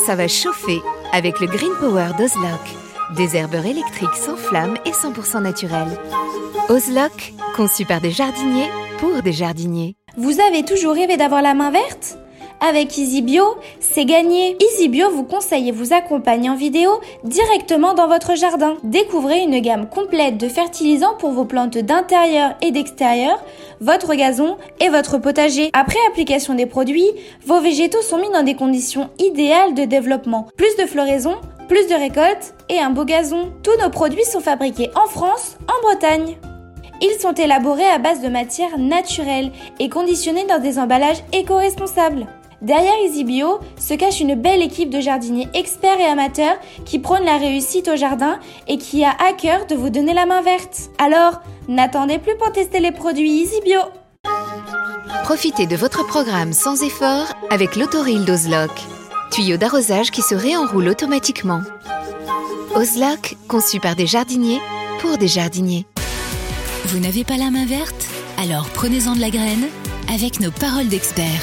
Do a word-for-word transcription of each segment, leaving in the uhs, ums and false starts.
ça va chauffer avec le Green Power d'Ozlock. Des herbeurs électriques sans flamme et cent pour cent naturels. Ozlock, conçu par des jardiniers pour des jardiniers. Vous avez toujours rêvé d'avoir la main verte ? Avec EasyBio, c'est gagné. EasyBio vous conseille et vous accompagne en vidéo directement dans votre jardin. Découvrez une gamme complète de fertilisants pour vos plantes d'intérieur et d'extérieur, votre gazon et votre potager. Après application des produits, vos végétaux sont mis dans des conditions idéales de développement. Plus de floraison, plus de récoltes et un beau gazon. Tous nos produits sont fabriqués en France, en Bretagne. Ils sont élaborés à base de matières naturelles et conditionnés dans des emballages éco-responsables. Derrière EasyBio se cache une belle équipe de jardiniers experts et amateurs qui prônent la réussite au jardin et qui a à cœur de vous donner la main verte. Alors, n'attendez plus pour tester les produits EasyBio. Profitez de votre programme sans effort avec l'autoril d'Ozlock. Tuyau d'arrosage qui se réenroule automatiquement. Ozlock, conçu par des jardiniers pour des jardiniers. Vous n'avez pas la main verte ? Alors prenez-en de la graine avec nos paroles d'experts.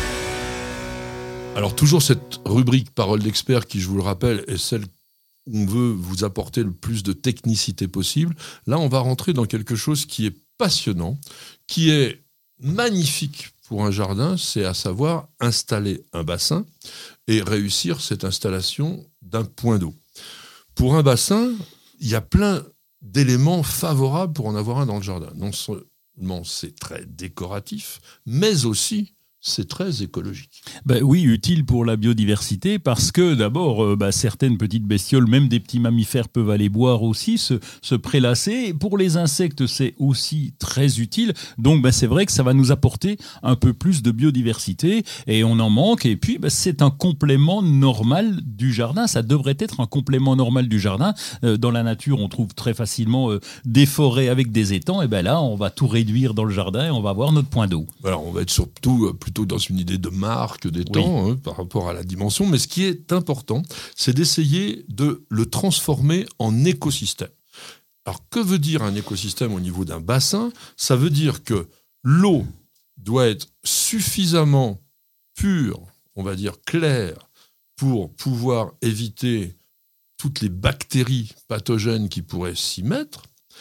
Alors toujours cette rubrique Paroles d'experts qui, je vous le rappelle, est celle où on veut vous apporter le plus de technicité possible. Là, on va rentrer dans quelque chose qui est passionnant, qui est magnifique pour un jardin, c'est à savoir installer un bassin et réussir cette installation d'un point d'eau. Pour un bassin, il y a plein d'éléments favorables pour en avoir un dans le jardin. Non seulement c'est très décoratif, mais aussi c'est très écologique. Ben oui, utile pour la biodiversité parce que d'abord, euh, bah, certaines petites bestioles, même des petits mammifères peuvent aller boire aussi, se, se prélasser. Pour les insectes, c'est aussi très utile. Donc bah, c'est vrai que ça va nous apporter un peu plus de biodiversité et on en manque. Et puis bah, c'est un complément normal du jardin. Ça devrait être un complément normal du jardin. Euh, dans la nature, on trouve très facilement euh, des forêts avec des étangs. Et ben là, on va tout réduire dans le jardin et on va avoir notre point d'eau. Alors on va être surtout euh, plutôt dans une idée de marque, d'étang, oui. hein, par rapport à la dimension. Mais ce qui est important, c'est d'essayer de le transformer en écosystème. Alors, que veut dire un écosystème au niveau d'un bassin ? Ça veut dire que l'eau doit être suffisamment pure, on va dire claire, pour pouvoir éviter toutes les bactéries pathogènes qui pourraient s'y mettre,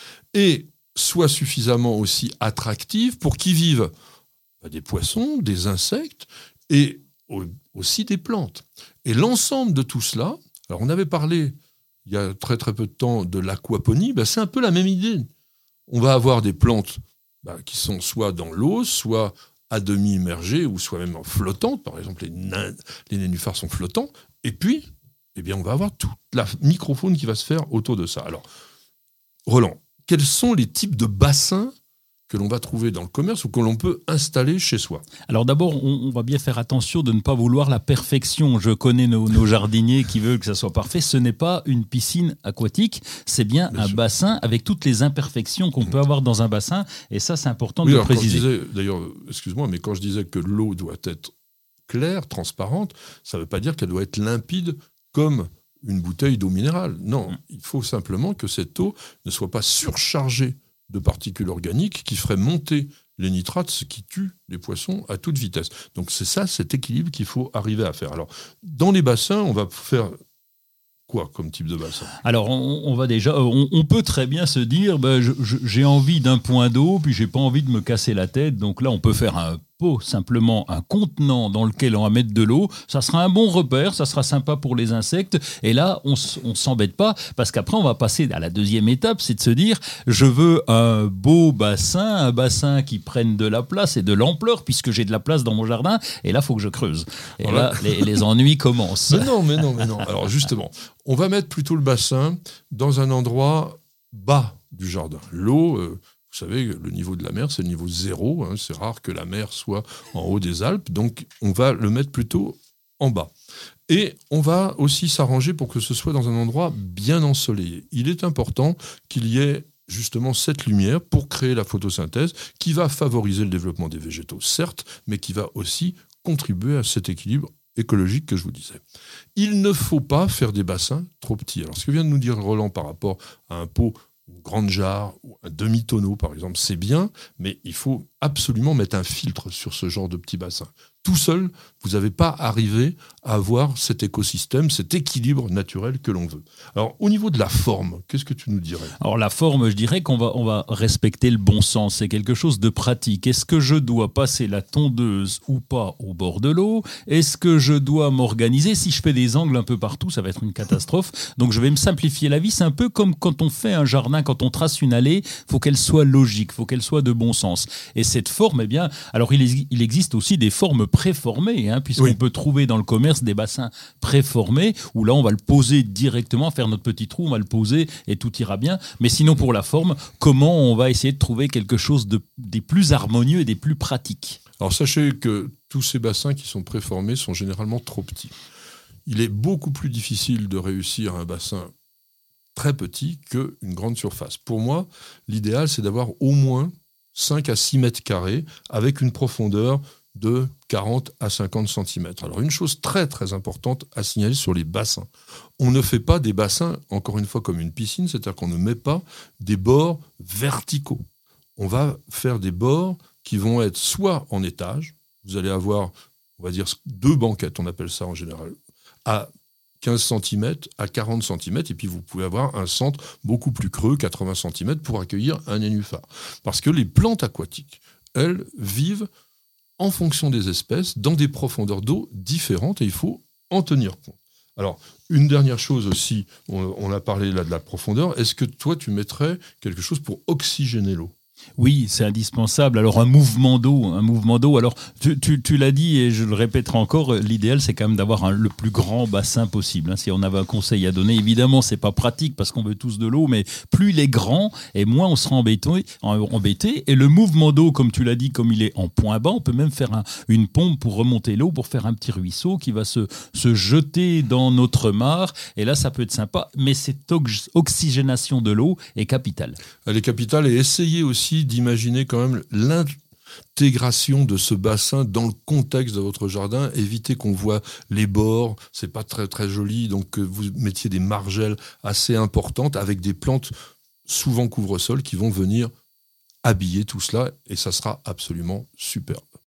et soit suffisamment aussi attractive pour qu'y vivent des poissons, des insectes et aussi des plantes. Et l'ensemble de tout cela, alors on avait parlé il y a très très peu de temps de l'aquaponie, ben c'est un peu la même idée. On va avoir des plantes ben, qui sont soit dans l'eau, soit à demi immergées, ou soit même flottantes. Par exemple, les, nains, les nénuphars sont flottants. Et puis, eh bien, on va avoir toute la microfaune qui va se faire autour de ça. Alors, Roland, quels sont les types de bassins que l'on va trouver dans le commerce ou que l'on peut installer chez soi? Alors d'abord, on, on va bien faire attention de ne pas vouloir la perfection. Je connais nos, nos jardiniers qui veulent que ça soit parfait. Ce n'est pas une piscine aquatique, c'est bien, bien un sûr. bassin avec toutes les imperfections qu'on mmh. peut avoir dans un bassin. Et ça, c'est important oui, de le préciser. Quand je disais, d'ailleurs, excuse-moi, mais quand je disais que l'eau doit être claire, transparente, ça ne veut pas dire qu'elle doit être limpide comme une bouteille d'eau minérale. Non, mmh. il faut simplement que cette eau ne soit pas surchargée de particules organiques qui feraient monter les nitrates, ce qui tue les poissons à toute vitesse. Donc c'est ça, cet équilibre qu'il faut arriver à faire. Alors, dans les bassins, on va faire quoi comme type de bassin ? Alors, on, on va déjà, on, on peut très bien se dire, ben, je, je, j'ai envie d'un point d'eau, puis j'ai pas envie de me casser la tête. Donc là, on peut faire un pot, simplement un contenant dans lequel on va mettre de l'eau. Ça sera un bon repère, ça sera sympa pour les insectes. Et là, on ne s'embête pas, parce qu'après, on va passer à la deuxième étape, c'est de se dire, je veux un beau bassin, un bassin qui prenne de la place et de l'ampleur, puisque j'ai de la place dans mon jardin. Et là, il faut que je creuse. Et voilà. Là, les, les ennuis commencent. Mais non, mais non, mais non. Alors justement, on va mettre plutôt le bassin dans un endroit bas du jardin. L'eau... Euh, Vous savez, le niveau de la mer, c'est le niveau zéro. Hein, c'est rare que la mer soit en haut des Alpes. Donc, on va le mettre plutôt en bas. Et on va aussi s'arranger pour que ce soit dans un endroit bien ensoleillé. Il est important qu'il y ait justement cette lumière pour créer la photosynthèse qui va favoriser le développement des végétaux, certes, mais qui va aussi contribuer à cet équilibre écologique que je vous disais. Il ne faut pas faire des bassins trop petits. Alors, ce que vient de nous dire Roland par rapport à un pot, une grande jarre ou un demi-tonneau, par exemple, c'est bien, mais il faut absolument mettre un filtre sur ce genre de petit bassin. Tout seul, vous n'avez pas arrivé à avoir cet écosystème, cet équilibre naturel que l'on veut. Alors, au niveau de la forme, qu'est-ce que tu nous dirais ? Alors la forme, je dirais qu'on va, on va respecter le bon sens. C'est quelque chose de pratique. Est-ce que je dois passer la tondeuse ou pas au bord de l'eau ? Est-ce que je dois m'organiser ? Si je fais des angles un peu partout, ça va être une catastrophe. Donc je vais me simplifier la vie. C'est un peu comme quand on fait un jardin, quand on trace une allée, il faut qu'elle soit logique, il faut qu'elle soit de bon sens. Et cette forme, eh bien, alors il, il existe aussi des formes préformés, hein, puisqu'on oui. peut trouver dans le commerce des bassins préformés, où là on va le poser directement, faire notre petit trou, on va le poser et tout ira bien. Mais sinon pour la forme, comment on va essayer de trouver quelque chose de, des plus harmonieux et des plus pratiques ? Alors sachez que tous ces bassins qui sont préformés sont généralement trop petits. Il est beaucoup plus difficile de réussir un bassin très petit qu'une grande surface. Pour moi, l'idéal c'est d'avoir au moins cinq à six mètres carrés avec une profondeur de quarante à cinquante centimètres. Alors une chose très très importante à signaler sur les bassins, on ne fait pas des bassins, encore une fois, comme une piscine, c'est-à-dire qu'on ne met pas des bords verticaux. On va faire des bords qui vont être soit en étage, vous allez avoir, on va dire, deux banquettes, on appelle ça en général, à quinze centimètres, à quarante centimètres, et puis vous pouvez avoir un centre beaucoup plus creux, quatre-vingts centimètres, pour accueillir un nénuphar. Parce que les plantes aquatiques, elles, vivent en fonction des espèces, dans des profondeurs d'eau différentes, et il faut en tenir compte. Alors, une dernière chose aussi, on, on a parlé là de la profondeur, est-ce que toi, tu mettrais quelque chose pour oxygéner l'eau ? Oui, c'est indispensable. Alors un mouvement d'eau, un mouvement d'eau. Alors tu, tu, tu l'as dit et je le répéterai encore, l'idéal c'est quand même d'avoir un, le plus grand bassin possible. Hein. Si on avait un conseil à donner, évidemment c'est pas pratique parce qu'on veut tous de l'eau, mais plus il est grand et moins on sera embêté. embêté. Et le mouvement d'eau, comme tu l'as dit, comme il est en point bas, on peut même faire un, une pompe pour remonter l'eau, pour faire un petit ruisseau qui va se, se jeter dans notre mare. Et là ça peut être sympa, mais cette ox- oxygénation de l'eau est capitale. Elle est capitale et essayez aussi d'imaginer quand même l'intégration de ce bassin dans le contexte de votre jardin. Évitez qu'on voit les bords, c'est pas très très joli, donc que vous mettiez des margelles assez importantes avec des plantes souvent couvre-sol qui vont venir habiller tout cela et ça sera absolument super.